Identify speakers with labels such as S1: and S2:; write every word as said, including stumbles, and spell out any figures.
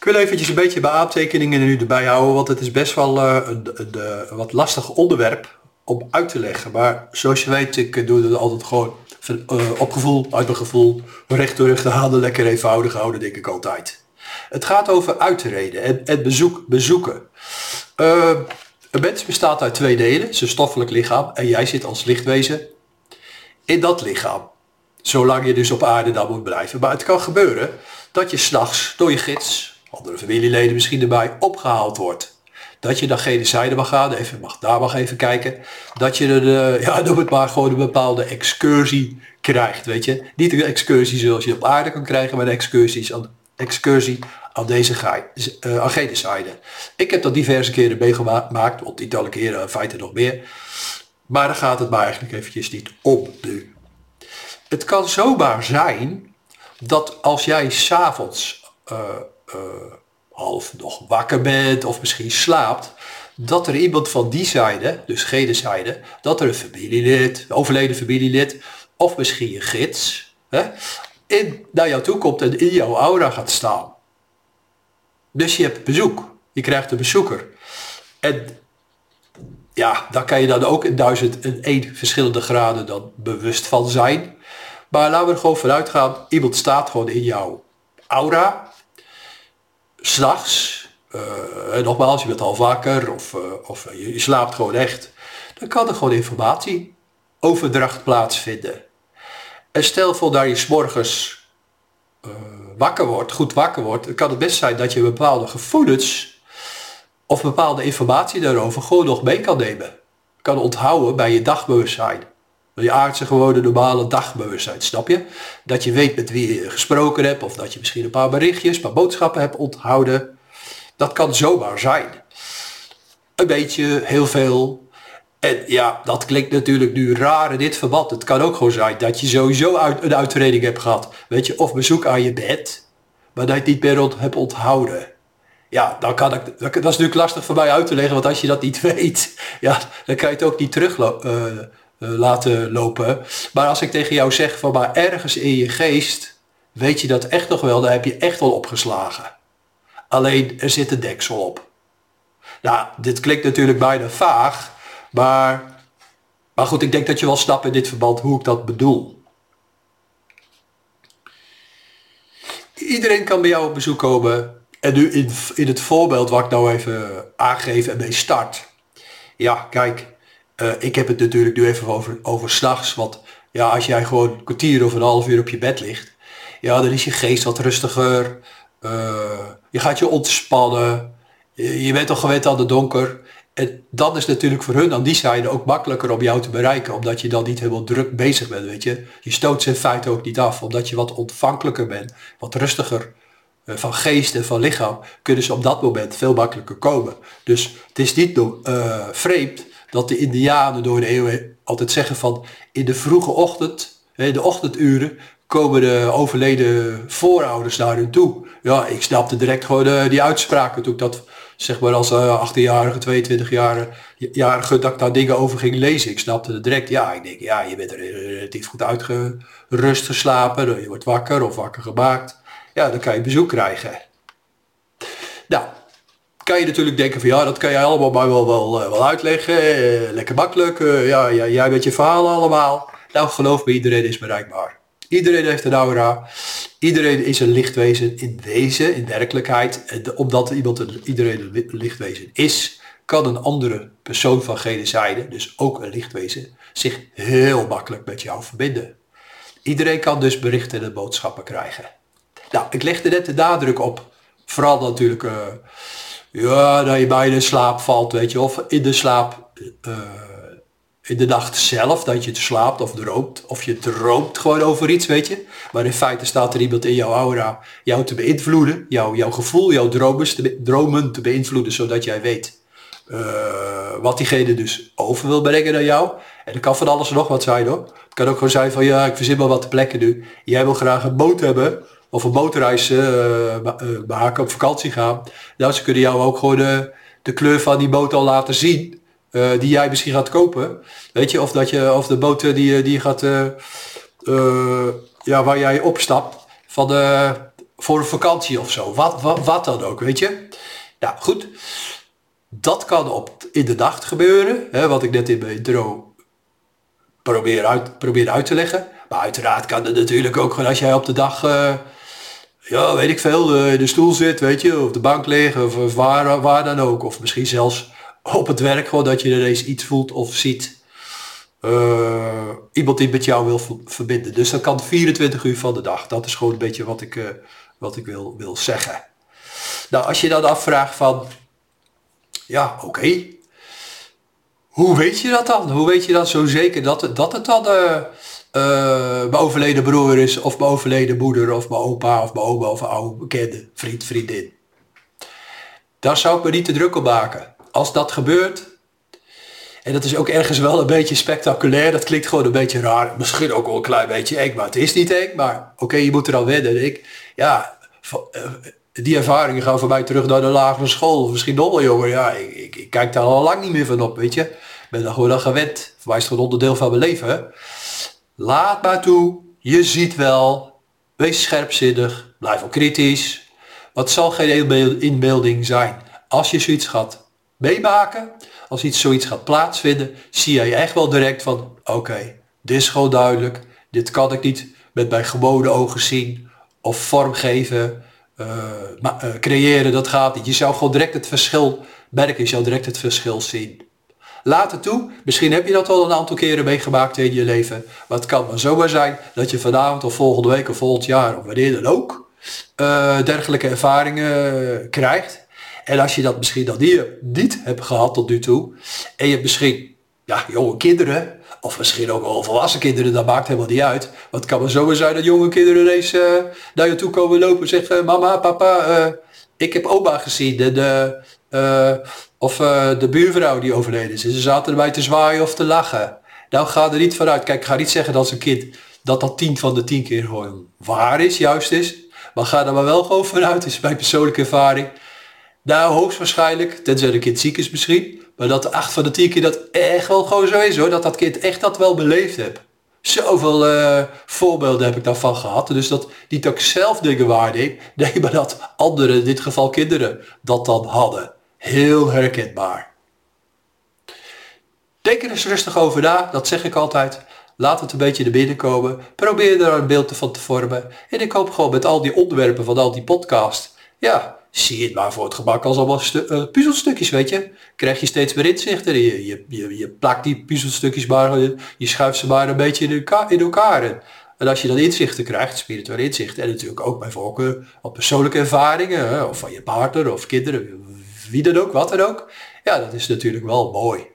S1: Ik wil eventjes een beetje bij aantekeningen nu erbij houden, want het is best wel uh, een, een, een wat lastig onderwerp om uit te leggen. Maar zoals je weet, ik doe het altijd gewoon uh, op gevoel, uit mijn gevoel, recht door recht te halen, lekker eenvoudig houden, denk ik altijd. Het gaat over uitreden en, en bezoek, bezoeken. Uh, een mens bestaat uit twee delen, zijn stoffelijk lichaam en jij zit als lichtwezen in dat lichaam. Zolang je dus op aarde dan moet blijven. Maar het kan gebeuren dat je 's nachts door je gids, andere familieleden misschien erbij, opgehaald wordt. Dat je naar gene zijde mag gaan, even mag, daar mag even kijken. Dat je een, ja, noem het maar gewoon een bepaalde excursie krijgt, weet je. Niet een excursie zoals je op aarde kan krijgen, maar een excursie aan, excursie aan deze gij, uh, aan gene zijde. Ik heb dat diverse keren meegemaakt, want niet alle keren, in feite nog meer. Maar daar gaat het maar eigenlijk eventjes niet om nu. Het kan zomaar zijn dat als jij 's avonds uh, uh, half nog wakker bent of misschien slaapt, dat er iemand van die zijde, dus gene zijde, dat er een familielid, overleden familielid of misschien je gids, hè, in, naar jou toe komt en in jouw aura gaat staan. Dus je hebt bezoek, je krijgt een bezoeker. En ja, daar kan je dan ook in duizend en één verschillende graden dan bewust van zijn. Maar laten we er gewoon vanuit gaan, iemand staat gewoon in jouw aura, 's nachts, uh, en nogmaals, je bent al wakker of, uh, of je, je slaapt gewoon echt. Dan kan er gewoon informatieoverdracht plaatsvinden. En stel voor dat je 's morgens uh, wakker wordt, goed wakker wordt, dan kan het best zijn dat je bepaalde gevoelens of bepaalde informatie daarover gewoon nog mee kan nemen. Kan onthouden bij je dagbewustzijn. Je aardse gewone normale dagbewustzijn, snap je? Dat je weet met wie je gesproken hebt of dat je misschien een paar berichtjes, een paar boodschappen hebt onthouden. Dat kan zomaar zijn. Een beetje, heel veel. En ja, dat klinkt natuurlijk nu raar in dit verband. Het kan ook gewoon zijn dat je sowieso uit, een uitreding hebt gehad. Weet je, of bezoek aan je bed, maar dat je het niet meer ont, hebt onthouden. Ja, dan kan ik, dat is natuurlijk lastig voor mij uit te leggen, want als je dat niet weet, ja, dan kan je het ook niet terug uh, uh, laten lopen. Maar als ik tegen jou zeg van maar ergens in je geest, weet je dat echt nog wel, dan heb je echt wel opgeslagen. Alleen er zit een deksel op. Nou, dit klinkt natuurlijk bijna vaag, maar, maar goed, ik denk dat je wel snapt in dit verband hoe ik dat bedoel. Iedereen kan bij jou op bezoek komen. En nu in, in het voorbeeld wat ik nou even aangeef en mee start. Ja, kijk, uh, ik heb het natuurlijk nu even over, over 's nachts. Want ja, als jij gewoon een kwartier of een half uur op je bed ligt, ja, dan is je geest wat rustiger. Uh, je gaat je ontspannen. Je, je bent al gewend aan de donker. En dan is het natuurlijk voor hun aan die zijde ook makkelijker om jou te bereiken. Omdat je dan niet helemaal druk bezig bent, weet je. Je stoot ze in feite ook niet af. Omdat je wat ontvankelijker bent. Wat rustiger. Van geest en van lichaam kunnen ze op dat moment veel makkelijker komen. Dus het is niet uh, vreemd dat de Indianen door de eeuwen altijd zeggen van in de vroege ochtend, in de ochtenduren, komen de overleden voorouders naar hun toe. Ja, ik snapte direct gewoon uh, die uitspraken toen ik dat zeg maar als uh, achttienjarige, tweeëntwintigjarige dat ik daar dingen over ging lezen. Ik snapte het direct, ja, ik denk ja, je bent er relatief goed uitgerust geslapen, je wordt wakker of wakker gemaakt. Ja, dan kan je bezoek krijgen. Nou, kan je natuurlijk denken van ja, dat kan jij allemaal maar wel, wel, wel uitleggen. Eh, lekker makkelijk. Eh, ja, ja, jij met je verhalen allemaal. Nou, geloof me, iedereen is bereikbaar. Iedereen heeft een aura. Iedereen is een lichtwezen in wezen, in werkelijkheid. En omdat iemand een, iedereen een lichtwezen is, kan een andere persoon van gene zijde, dus ook een lichtwezen, zich heel makkelijk met jou verbinden. Iedereen kan dus berichten en boodschappen krijgen. Nou, ik legde net de nadruk op, vooral natuurlijk, uh, ja, dat je bij de slaap valt, weet je, of in de slaap, uh, in de nacht zelf, dat je te slaapt of droomt, of je droomt gewoon over iets, weet je. Maar in feite staat er iemand in jouw aura jou te beïnvloeden, jou, jouw gevoel, jouw dromen te, dromen te beïnvloeden, zodat jij weet uh, wat diegene dus over wil brengen naar jou. En dat kan van alles en nog wat zijn hoor. Het kan ook gewoon zijn van, ja, ik verzin maar wat te plekken nu. Jij wil graag een boot hebben. Of een bootreis uh, maken, op vakantie gaan. Nou, ze kunnen jou ook gewoon de, de kleur van die boot al laten zien. Uh, die jij misschien gaat kopen. Weet je, of, dat je, of de boot die, die je gaat, uh, uh, ja, waar jij opstapt. Van de, voor een vakantie of zo. Wat, wat, wat dan ook, weet je. Nou goed, dat kan op, in de nacht gebeuren. Hè, wat ik net in mijn intro probeer uit, probeer uit te leggen. Maar uiteraard kan het natuurlijk ook gewoon als jij op de dag... Uh, ja, weet ik veel, uh, in de stoel zit, weet je. Of op de bank liggen, of, of waar, waar dan ook. Of misschien zelfs op het werk gewoon dat je ineens iets voelt of ziet. Uh, iemand die met jou wil verbinden. Dus dat kan vierentwintig uur van de dag. Dat is gewoon een beetje wat ik, uh, wat ik wil, wil zeggen. Nou, als je dan afvraagt van... Ja, oké. Okay. Hoe weet je dat dan? Hoe weet je dan zo zeker dat het, dat het dan... Uh, uh, mijn overleden broer is, of mijn overleden moeder, of mijn opa, of mijn oma, of een oude bekende vriend, vriendin. Daar zou ik me niet te druk op maken. Als dat gebeurt... En dat is ook ergens wel een beetje spectaculair. Dat klinkt gewoon een beetje raar. Misschien ook wel een klein beetje eng, maar het is niet eng. Maar oké, okay, je moet er al wennen. Ik, ja, die ervaringen gaan voor mij terug naar de lagere school. Misschien nog wel jonger. Ja, ik, ik, ik kijk daar al lang niet meer van op, weet je. Ik ben daar gewoon aan gewend. Voor mij is het gewoon onderdeel van mijn leven. Hè? Laat maar toe. Je ziet wel. Wees scherpzinnig. Blijf wel kritisch. Wat zal geen inbeelding zijn. Als je zoiets gaat meemaken... Als iets, zoiets gaat plaatsvinden, zie jij echt wel direct van, oké, okay, dit is gewoon duidelijk. Dit kan ik niet met mijn gewone ogen zien of vormgeven, uh, ma- uh, creëren, dat gaat niet. Je zou gewoon direct het verschil merken, je zou direct het verschil zien. Laat het toe, misschien heb je dat al een aantal keren meegemaakt in je leven. Maar het kan maar zomaar zijn dat je vanavond of volgende week of volgend jaar of wanneer dan ook uh, dergelijke ervaringen krijgt. En als je dat misschien dan niet, niet hebt gehad tot nu toe. En je hebt misschien ja, jonge kinderen. Of misschien ook wel volwassen kinderen. Dat maakt helemaal niet uit. Want het kan maar zomaar zijn dat jonge kinderen ineens uh, naar je toe komen lopen. En zeggen mama, papa, uh, ik heb oma gezien. En, uh, uh, of uh, de buurvrouw die overleden is. En ze zaten erbij te zwaaien of te lachen. Nou ga er niet vanuit. Kijk, ik ga niet zeggen dat een kind dat dat tien van de tien keer gewoon waar is, juist is. Maar ga er maar wel gewoon vanuit. Dat is mijn persoonlijke ervaring. Nou, hoogstwaarschijnlijk, tenzij de kind ziek is misschien, maar dat de acht van de tien keer dat echt wel gewoon zo is hoor, dat dat kind echt dat wel beleefd heeft. Zoveel uh, voorbeelden heb ik daarvan gehad, dus dat niet dat ik zelf dingen waarneem, nee, maar dat anderen, in dit geval kinderen, dat dan hadden. Heel herkenbaar. Denk er eens rustig over na, dat zeg ik altijd. Laat het een beetje naar binnen komen, probeer er een beeld van te vormen en ik hoop gewoon met al die onderwerpen van al die podcasts, ja, zie het maar voor het gemak als allemaal stu- uh, puzzelstukjes, weet je. Krijg je steeds meer inzichten. Je, je, je, je plakt die puzzelstukjes maar, je, je schuift ze maar een beetje in elkaar. In elkaar. En, en als je dan inzichten krijgt, spirituele inzichten, en natuurlijk ook bij voorkeur op persoonlijke ervaringen, hè, of van je partner of kinderen, wie dan ook, wat dan ook. Ja, dat is natuurlijk wel mooi.